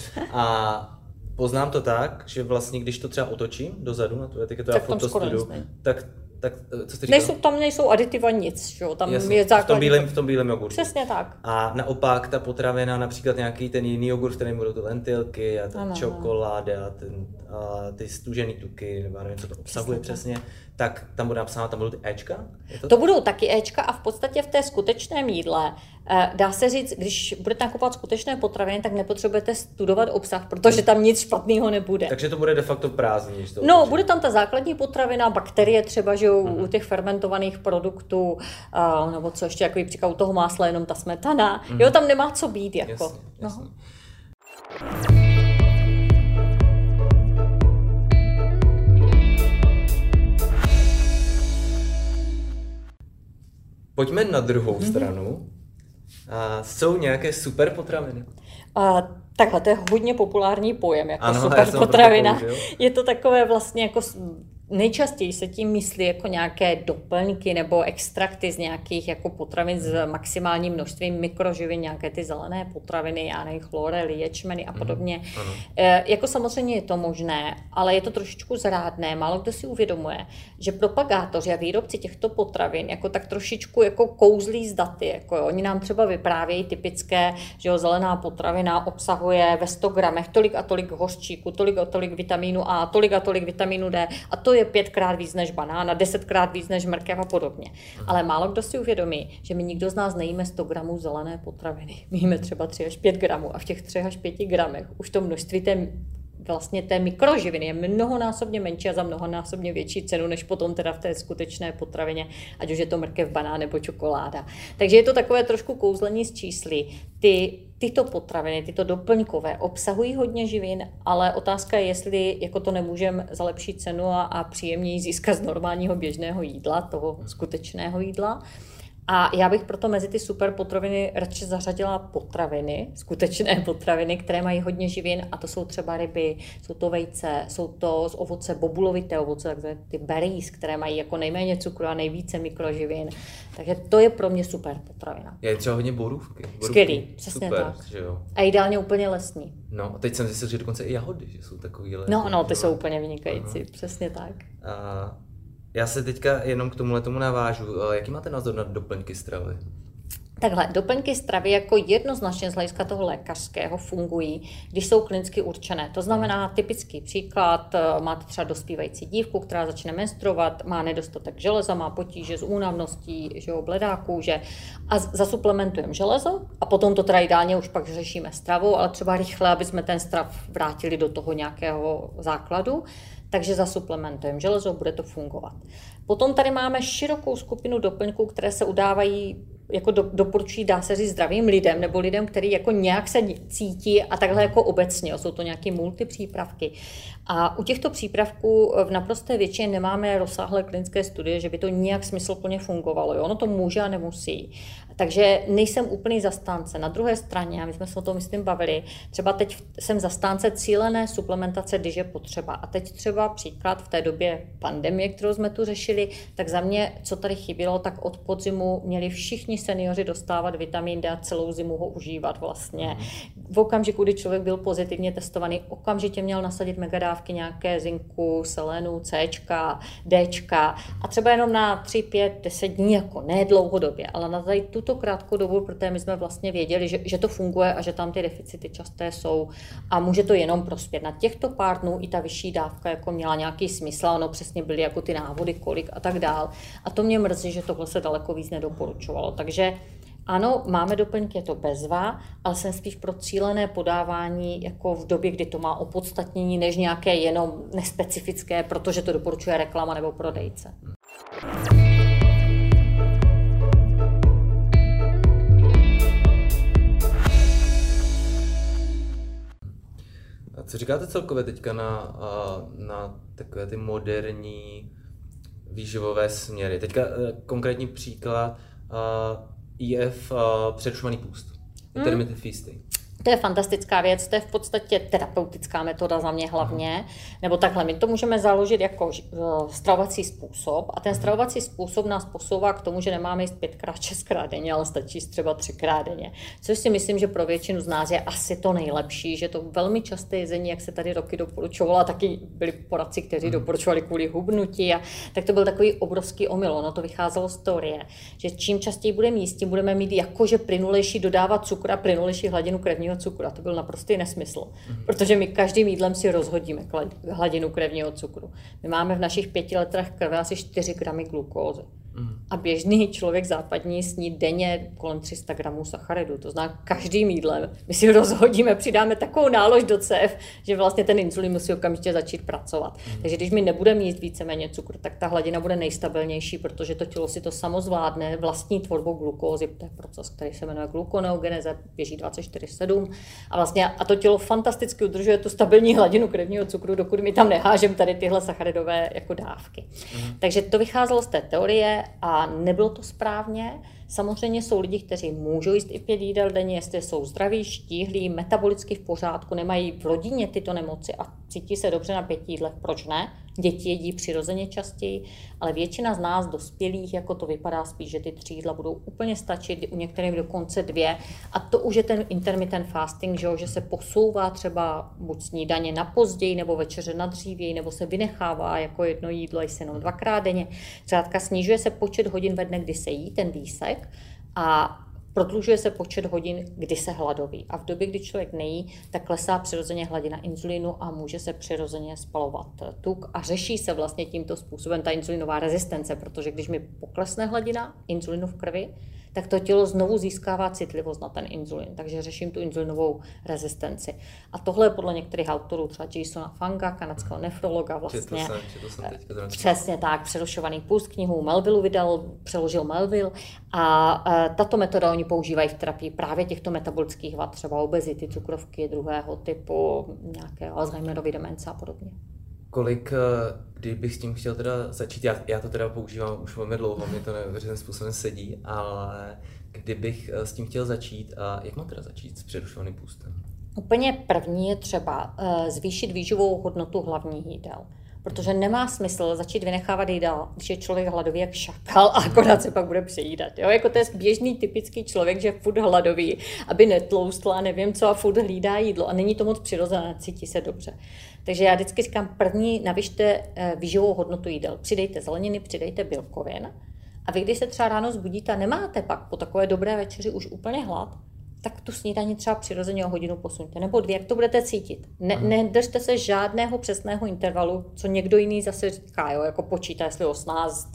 A poznám to tak, že vlastně, když to třeba otočím dozadu na tu etiketu a fotostudiu, tak co jste říkal? Tam nejsou aditiva nic, jo? Tam jasně, je základní. V tom bílém jogurtu. Přesně tak. A naopak ta potravina, například nějaký ten jiný jogurt, v kterém budou ty lentilky a ta čokoláda a ty stužený tuky, nebo nevím, co to obsahuje přesně, tak tam bude napsáno, tam budou ty Ečka? To budou taky Ečka a v podstatě v té skutečném jídle dá se říct, když budete nakupovat skutečné potraviny, tak nepotřebujete studovat obsah, protože tam nic špatného nebude. Takže to bude de facto prázdný. Bude tam ta základní potravina, bakterie třeba, že u těch fermentovaných produktů, nebo co ještě, jako příklad u toho másla, jenom ta smetana. Tam nemá co být. Jako. Jasně. Pojďme na druhou stranu. Jsou nějaké super potraviny? Takhle, to je hodně populární pojem, jako super potravina. Je to takové vlastně jako nejčastěji se tím myslí jako nějaké doplňky nebo extrakty z nějakých jako potravin s maximálním množstvím mikroživin, nějaké ty zelené potraviny, já nevím, chlorely, ječmeny a podobně. Jako samozřejmě je to možné, ale je to trošičku zrádné. Málo kdo si uvědomuje, že propagátoři a výrobci těchto potravin jako tak trošičku jako kouzlí z daty. Jako oni nám třeba vyprávějí typické, že zelená potravina obsahuje ve 100 gramech tolik a tolik hořčíku, tolik a tolik vitamínu A, tolik a tolik vitamínu D a to je 5krát víc než banán a 10krát víc než mrkev a podobně. Ale málo kdo si uvědomí, že my nikdo z nás nejíme 100 gramů zelené potraviny. My jíme třeba 3 až 5 gramů a v těch 3 až 5 gramech už to množství té vlastně té mikroživiny je mnohonásobně menší a za mnohonásobně větší cenu, než potom teda v té skutečné potravině, ať už je to mrkev, banán nebo čokoláda. Takže je to takové trošku kouzlení s čísly. Tyto potraviny, tyto doplňkové, obsahují hodně živin, ale otázka je, jestli jako to nemůžeme za lepší cenu a příjemněji získat z normálního běžného jídla, toho skutečného jídla. A já bych proto mezi ty super potraviny radši zařadila potraviny, skutečné potraviny, které mají hodně živin, a to jsou třeba ryby, jsou to vejce, jsou to z ovoce bobulovité ovoce, takzvané ty berries, které mají jako nejméně cukru a nejvíce mikroživin. Takže to je pro mě super potravina. Je třeba hodně borůvky. Skvělý, přesně super, tak. Že jo. A ideálně úplně lesní. No a teď jsem zjistil, že dokonce i jahody, že jsou takovýhle. No, ty jsou úplně vynikající, přesně tak. Já se teďka jenom k tomu navážu. Jaký máte názor na doplňky stravy? Takhle, doplňky stravy jako jednoznačně z hlediska toho lékařského fungují, když jsou klinicky určené. To znamená typický příklad, máte třeba dospívající dívku, která začne menstruovat, má nedostatek železa, má potíže s únavností, že jo, bledá kůže a zasuplementujeme železo a potom to teda ideálně už pak řešíme stravou, ale třeba rychle, aby jsme ten strav vrátili do toho nějakého základu. Takže zasuplementujeme železo, bude to fungovat. Potom tady máme širokou skupinu doplňků, které se udávají, jako doporučují, dá se říct, zdravým lidem, nebo lidem, kteří jako nějak se cítí a takhle jako obecně. Jsou to nějaké multipřípravky. A u těchto přípravků v naprosté většině nemáme rozsáhlé klinické studie, že by to nějak smysluplně fungovalo. Jo? Ono to může a nemusí. Takže nejsem úplný zastánce. Na druhé straně, a my jsme se o tom, myslím, bavili, třeba teď jsem zastánce cílené suplementace, když je potřeba. A teď třeba příklad v té době pandemie, kterou jsme tu řešili, tak za mě, co tady chybělo, tak od podzimu měli všichni seniori dostávat vitamin D a celou zimu ho užívat vlastně. V okamžiku, kdy člověk byl pozitivně testovaný, okamžitě měl nasadit megadávky nějaké zinku, selenu, Cčka, Dčka a třeba jenom na 3, 5, 10 dní, jako ne dlouhodobě, ale na tady tuto krátkou dobu, protože my jsme vlastně věděli, že to funguje a že tam ty deficity časté jsou a může to jenom prospět. Na těchto pár dnů i ta vyšší dávka jako měla nějaký smysl, ono přesně byly jako ty návody, kolik a tak dál. A to mě mrzí, že tohle se daleko víc nedoporučovalo. Takže ano, máme doplňky, je to bezva, ale jsem spíš pro cílené podávání jako v době, kdy to má opodstatnění, než nějaké jenom nespecifické, protože to doporučuje reklama nebo prodejce. A co říkáte celkově teďka na takové ty moderní výživové směry? Teďka konkrétní příklad IF přerušovaný půst, intermittent fasting. To je fantastická věc, to je v podstatě terapeutická metoda za mě hlavně, nebo takhle, my to můžeme založit jako stravovací způsob a ten stravovací způsob nás posouvá k tomu, že nemáme jíst 5x, 6x denně, ale stačí jíst třeba 3x denně, což si myslím, že pro většinu z nás je asi to nejlepší, že to velmi časté jezení, jak se tady roky doporučovalo, a taky byli poradci, kteří doporučovali kvůli hubnutí, a tak to byl takový obrovský omyl, ono to vycházelo z teorie, že čím častěji budeme jíst, tím budeme mít jakože plynulejší dodávat cukr a plynulejší hladinu krevního cukru. A to byl naprostý nesmysl, protože my každým jídlem si rozhodíme hladinu krevního cukru. My máme v našich 5 litrech krve asi 4 gramy glukózy. A běžný člověk západní sní denně kolem 300 gramů sacharidů. To znamená, každým jídlem my si rozhodíme, přidáme takovou nálož do cév, že vlastně ten inzulin musí okamžitě začít pracovat. Takže když my nebudeme jíst víceméně cukr, tak ta hladina bude nejstabilnější, protože to tělo si to samo zvládne vlastní tvorbou glukózy. To je proces, který se jmenuje glukoneogeneze, běží 24/7 a to tělo fantasticky udržuje tu stabilní hladinu krevního cukru, dokud my tam nehážeme tady tyhle sacharidové jako dávky. Takže to vycházelo z té teorie a nebylo to správně. Samozřejmě jsou lidi, kteří můžou jíst i 5 jídel denně, jestli jsou zdraví, štíhlí, metabolicky v pořádku, nemají v rodině tyto nemoci a cítí se dobře na 5 jídlech. Proč ne? Děti jedí přirozeně častěji, ale většina z nás dospělých, jako to vypadá spíš, že ty 3 jídla budou úplně stačit, u některých dokonce 2. A to už je ten intermittent fasting, že se posouvá třeba buď snídaně na později, nebo večeře na dřívěji, nebo se vynechává jako jedno jídlo, jestli jenom 2x denně. Zkrátka snižuje se počet hodin ve dne, kdy se jí ten výsek a prodlužuje se počet hodin, kdy se hladoví. A v době, kdy člověk nejí, tak klesá přirozeně hladina inzulinu a může se přirozeně spalovat tuk a řeší se vlastně tímto způsobem ta inzulinová rezistence, protože když mi poklesne hladina inzulinu v krvi, tak to tělo znovu získává citlivost na ten inzulin, takže řeším tu inzulinovou rezistenci. A tohle je podle některých autorů, třeba Jasona Fanga, kanadského nefrologa, vlastně. Četl jsem teďka. Přesně tak, Přerušovaný puls, knihu Melvillu přeložil Melville a tato metoda oni používají v terapii právě těchto metabolických vad, třeba obezity, cukrovky druhého typu, nějaké Alzheimerovy demence a podobně. Kolik, kdybych s tím chtěl teda začít, já to teda používám už velmi dlouho, mě to neuvěřitelným způsobem sedí, ale kdybych s tím chtěl začít, jak mám teda začít s přerušovaným půstem? Úplně první je třeba zvýšit výživovou hodnotu hlavních jídel. Protože nemá smysl začít vynechávat jídla, když je člověk hladový jak šakal a akorát se pak bude přejídat. Jo? Jako to je běžný typický člověk, že je furt hladový, aby netloustl a nevím co a furt hlídá jídlo a není to moc přirozené, cítí se dobře. Takže já vždycky říkám, první navyšte výživovou hodnotu jídel. Přidejte zeleniny, přidejte bílkovin a vy, když se třeba ráno zbudíte a nemáte pak po takové dobré večeři už úplně hlad, tak tu snídani třeba přirozeně o hodinu posuňte, nebo 2, jak to budete cítit. Nedržte se žádného přesného intervalu, co někdo jiný zase říká, jo, jako počítá, jestli 18,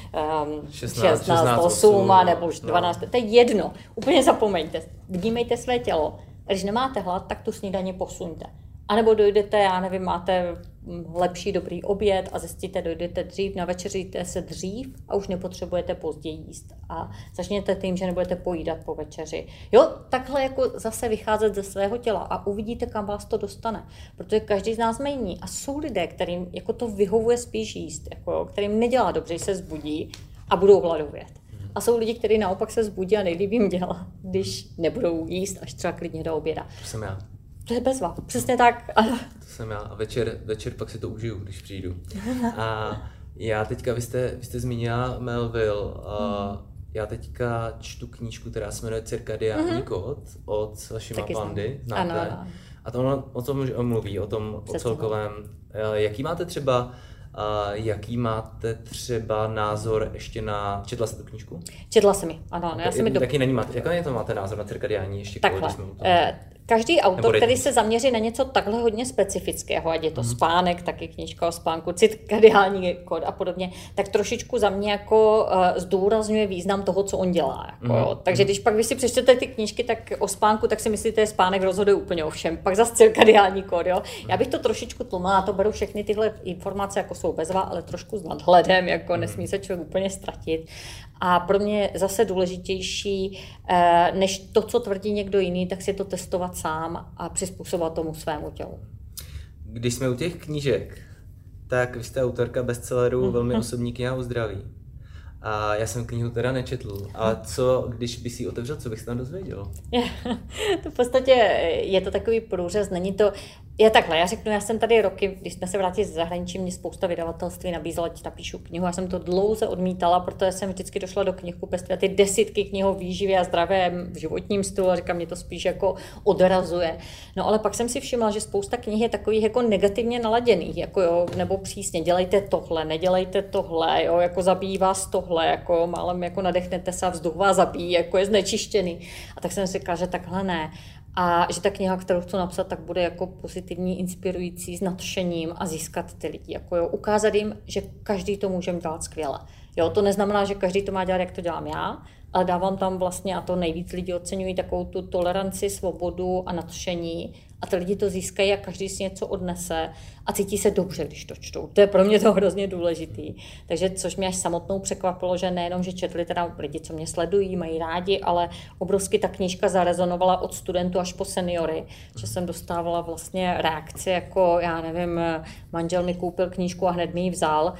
16, 8 nebo 12, to je jedno, úplně zapomeňte, vnímejte své tělo. A když nemáte hlad, tak tu snídani posuňte. A nebo dojdete, já nevím, máte lepší dobrý oběd a zjistíte, dojdete dřív, na večeříte se dřív a už nepotřebujete později jíst. A začněte tím, že nebudete pojídat po večeři. Jo, takhle jako zase vycházet ze svého těla a uvidíte, kam vás to dostane. Protože každý z nás má jiný. A jsou lidé, kterým jako to vyhovuje spíš jíst, jako, kterým nedělá dobře, že se zbudí a budou hladovět. A jsou lidi, kteří naopak se zbudí a nejlíp jim dělá, když nebudou jíst až třeba klidně do oběda. To jsem já. To je bezva, přesně tak. To jsem já a večer pak si to užiju, když přijdu. A já teďka, vy jste zmínila Melville, já teďka čtu knížku, která se jmenuje Cirkadiální kód od Šima Pandy, znáte? Ano. A to o tom mluví, o tom o celkovém. Jaký máte třeba názor ještě na... Četla jste tu knížku? Četla jsem ji, ano. Já jsem taky není máte. Jaký to máte názor na cirkadiální ještě? Takhle. Každý autor, který se zaměří na něco takhle hodně specifického, ať je to spánek, taky knížka o spánku, cirkadiální kód a podobně, tak trošičku za mě jako zdůrazňuje význam toho, co on dělá. Jako, takže když pak vy si přečtete ty knížky tak o spánku, tak si myslíte, že spánek rozhoduje úplně o všem. Pak zase cirkadiální kód. Jo? Já bych to trošičku tlumila, to beru všechny tyhle informace, jako jsou bezva, ale trošku s nadhledem, jako nesmí se člověk úplně ztratit. A pro mě je zase důležitější, než to, co tvrdí někdo jiný, tak si to testovat sám a přizpůsobovat tomu svému tělu. Když jsme u těch knížek, tak vy jste autorka bestselleru Velmi osobní kniha o zdraví. A já jsem knihu teda nečetl, ale co, když by si ji otevřel, co bych se tam dozvěděl? To v podstatě je to takový průřez, není to... Je takhle, já řeknu, já jsem tady roky, když jsme se vrátili z zahraničí, mě spousta vydavatelství nabízela, ať napíšu knihu, já jsem to dlouze odmítala, protože jsem vždycky došla do knihkupectví a ty desítky knih o výživě a zdravém v životním stylu a říkám, mě to spíš jako odrazuje. No ale pak jsem si všimla, že spousta knih je takových jako negativně naladěných, jako jo, nebo přísně, dělejte tohle, nedělejte tohle, jo, jako zabíjí vás tohle, jako málem jako nadechnete se a vzduch vás zabíjí, jako je znečištěný. A tak jsem si říkala, že takhle ne. A že ta kniha, kterou chci napsat, tak bude jako pozitivní, inspirující, s nadšením a získat ty lidi. Jako jo, ukázat jim, že každý to můžeme dělat skvěle. Jo, to neznamená, že každý to má dělat, jak to dělám já, ale dávám tam vlastně, a to nejvíc lidi oceňují, takovou tu toleranci, svobodu a nadšení. A ty lidi to získají a každý si něco odnese a cítí se dobře, když to čtou. To je pro mě to hrozně důležitý. Takže což mě až samotnou překvapilo, že nejenom, že četli teda lidi, co mě sledují, mají rádi, ale obrovsky ta knížka zarezonovala od studentů až po seniory, že jsem dostávala vlastně reakci jako, já nevím, manžel mi koupil knížku a hned mi ji vzal.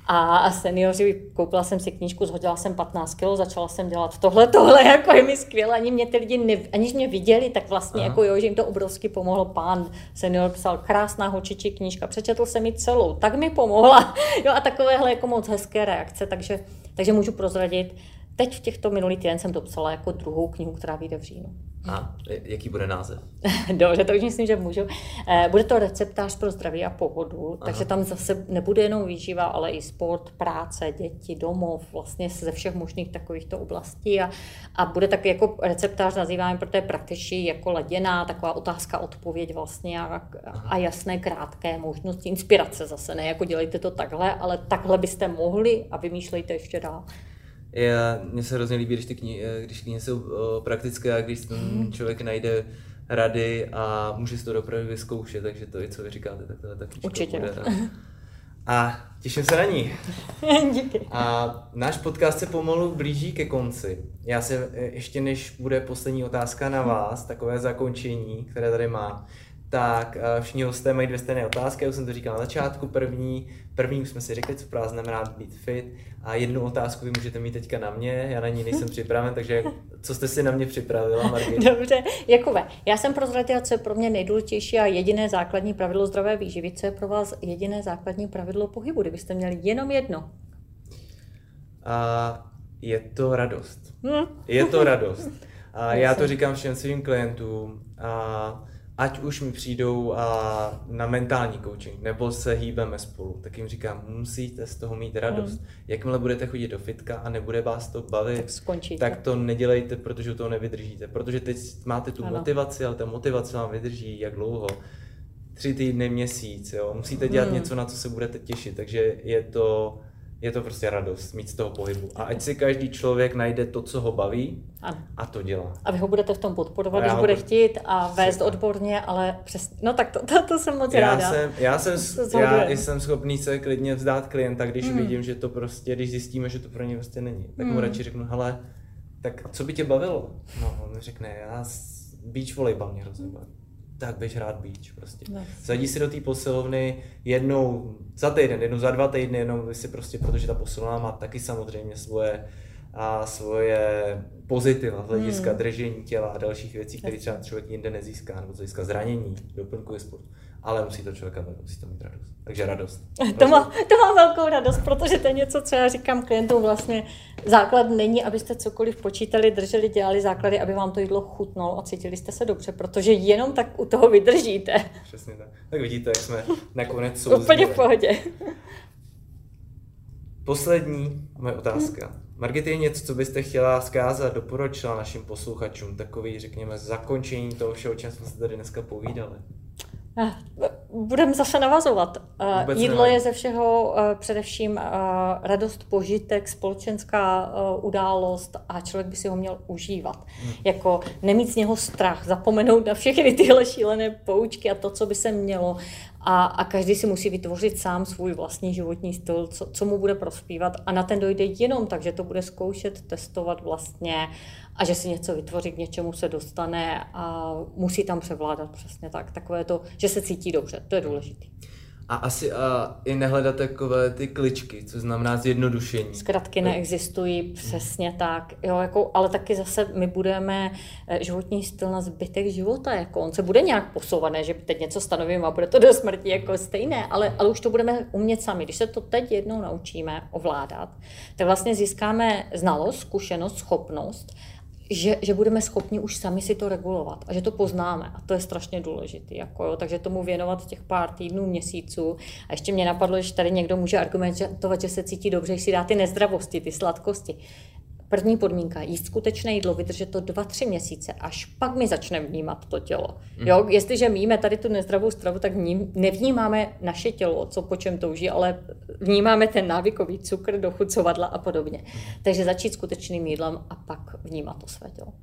A seniori, koupila jsem si knížku, zhodila jsem 15 kg, začala jsem dělat tohle, jako je mi skvěle, ani mě ty lidi, aniž mě viděli, tak vlastně jako jo, že jim to obrovsky pomohlo. Pán senior psal, krásná holčičí knížka, přečetl jsem ji celou, tak mi pomohla. Jo, a takovéhle jako moc hezké reakce, takže můžu prozradit. Teď v těchto minulý týden jsem to psala jako druhou knihu, která vyjde v říjnu. A jaký bude název? Dobře, to už myslím, že můžu. Bude to receptář pro zdraví a pohodu, takže tam zase nebude jenom výživa, ale i sport, práce, děti, domov, vlastně ze všech možných takovýchto oblastí. A bude taky jako receptář, nazýváme, protože je praktičtěji jako laděná, taková otázka, odpověď vlastně a jasné, krátké možnosti, inspirace zase, ne jako dělejte to takhle, ale takhle byste mohli a vymýšlejte ještě dál. Mně se hrozně líbí, když knihy jsou praktické a když ten člověk najde rady a může si to opravdu vyzkoušet, takže to, co vy říkáte, tak tohle ta knížka určitě. Bude. A těším se na ní. Díky. A náš podcast se pomalu blíží ke konci. Já se ještě než bude poslední otázka na vás, takové zakončení, které tady mám, tak všichni hosté mají 2 stejné otázky, já jsem to říkal na začátku. První už jsme si řekli, co pro vás znamená být fit, a jednu otázku vy můžete mít teďka na mě, já na ní nejsem připraven, takže co jste si na mě připravila, Margit? Dobře, Jakube, já jsem prozradila, co je pro mě nejdůležitější a jediné základní pravidlo zdravé výživy. Co je pro vás jediné základní pravidlo pohybu, kdybyste měli jenom jedno? Je to radost. Je to radost. Já to říkám všem svým klientům. Ať už mi přijdou na mentální coaching, nebo se hýbeme spolu, tak jim říkám, musíte z toho mít radost. Jakmile budete chodit do fitka a nebude vás to bavit, tak to nedělejte, protože u toho nevydržíte. Protože teď máte tu motivaci, ale ta motivace vám vydrží jak dlouho? 3 týdny, měsíc, jo? Musíte dělat něco, na co se budete těšit, takže je to prostě radost mít z toho pohybu. A ať si každý člověk najde to, co ho baví, a to dělá. A vy ho budete v tom podporovat, když bude chtít a vést odborně, ale přesně. No tak to jsem moc ráda. Já jsem schopný se klidně vzdát klienta, když vidím, že to prostě, když zjistíme, že to pro ně prostě není. Tak mu radši řeknu, hele, tak co by tě bavilo? No, on mi řekne, beach volejbal mě hrozně baví. Tak běž hrát beach prostě. Zadí si do té posilovny jednou za týden, jednou za 2 týdny, jenom si prostě, protože ta posilovna má taky samozřejmě svoje pozitiva z hlediska držení těla a dalších věcí, které třeba člověk jinde nezíská, nebo z hlediska zranění, doplňkuje sport. Ale musí to člověka bavit, musí to mít radost. Takže radost. To má velkou radost, protože to je něco, co já říkám klientům, vlastně základ není, abyste cokoliv počítali, drželi, dělali základy, aby vám to jídlo chutnalo a cítili jste se dobře, protože jenom tak u toho vydržíte. Přesně tak. Tak vidíte, jak jsme nakonec souzněli. Úplně v pohodě. Poslední moje otázka. Margit, je něco, co byste chtěla vzkázat, doporučila našim posluchačům, takový, řekněme, zakončení toho všeho, o čem jsme se tady dneska povídali? Budeme zase navazovat. Jídlo je ze všeho především radost, požitek, společenská událost a člověk by si ho měl užívat. Jako nemít z něho strach, zapomenout na všechny tyhle šílené poučky a to, co by se mělo. A každý si musí vytvořit sám svůj vlastní životní styl, co mu bude prospívat a na ten dojde jenom tak, že to bude zkoušet, testovat vlastně a že si něco vytvoří, k něčemu se dostane a musí tam převládat přesně tak. Takové to, že se cítí dobře, to je důležité. A asi i nehledat takové ty kličky, co znamená zjednodušení. Zkratky neexistují, přesně tak. Jo, jako, ale taky zase my budeme životní styl na zbytek života. Jako on se bude nějak posouvat, ne, že teď něco stanovíme a bude to do smrti jako stejné, ale už to budeme umět sami. Když se to teď jednou naučíme ovládat, tak vlastně získáme znalost, zkušenost, schopnost, že budeme schopni už sami si to regulovat a že to poznáme a to je strašně důležité. Jako, takže tomu věnovat těch pár týdnů, měsíců. A ještě mě napadlo, že tady někdo může argumentovat, že se cítí dobře, když si dá ty nezdravosti, ty sladkosti. První podmínka, jíst skutečné jídlo, vydržet to 2-3 měsíce, až pak mi začneme vnímat to tělo. Jo, jestliže míme tady tu nezdravou stravu, tak nevnímáme naše tělo, co po čem touží, ale vnímáme ten návykový cukr, dochucovadla a podobně. Takže začít skutečným jídlem a pak vnímat to své tělo.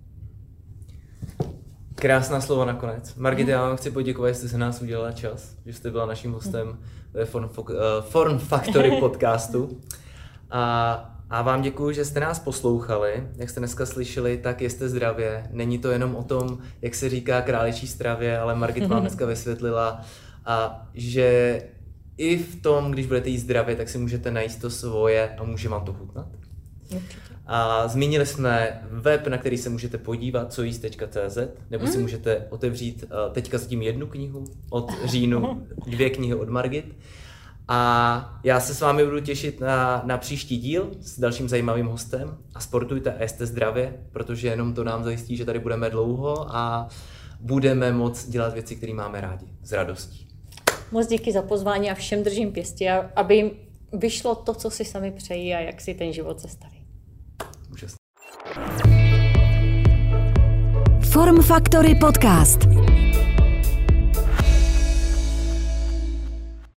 Krásná slova nakonec. Margit, já vám chci poděkovat, že jste se nás udělala čas, že jste byla naším hostem ve Form Factory podcastu. A vám děkuji, že jste nás poslouchali. Jak jste dneska slyšeli, tak jste zdravě. Není to jenom o tom, jak se říká králičí stravě, ale Margit vám dneska vysvětlila, že i v tom, když budete jíst zdravě, tak si můžete najít to svoje a může vám to chutnat. A zmínili jsme web, na který se můžete podívat, cojíst.cz, nebo si můžete otevřít teďka zatím 1 knihu od říjnu, 2 knihy od Margit. A já se s vámi budu těšit na příští díl s dalším zajímavým hostem a sportujte a jste zdravě, protože jenom to nám zajistí, že tady budeme dlouho a budeme moct dělat věci, které máme rádi, s radostí. Moc díky za pozvání a všem držím pěstí, aby jim vyšlo to, co si sami přejí a jak si ten život sestaví. Úžasné. Form Factory podcast.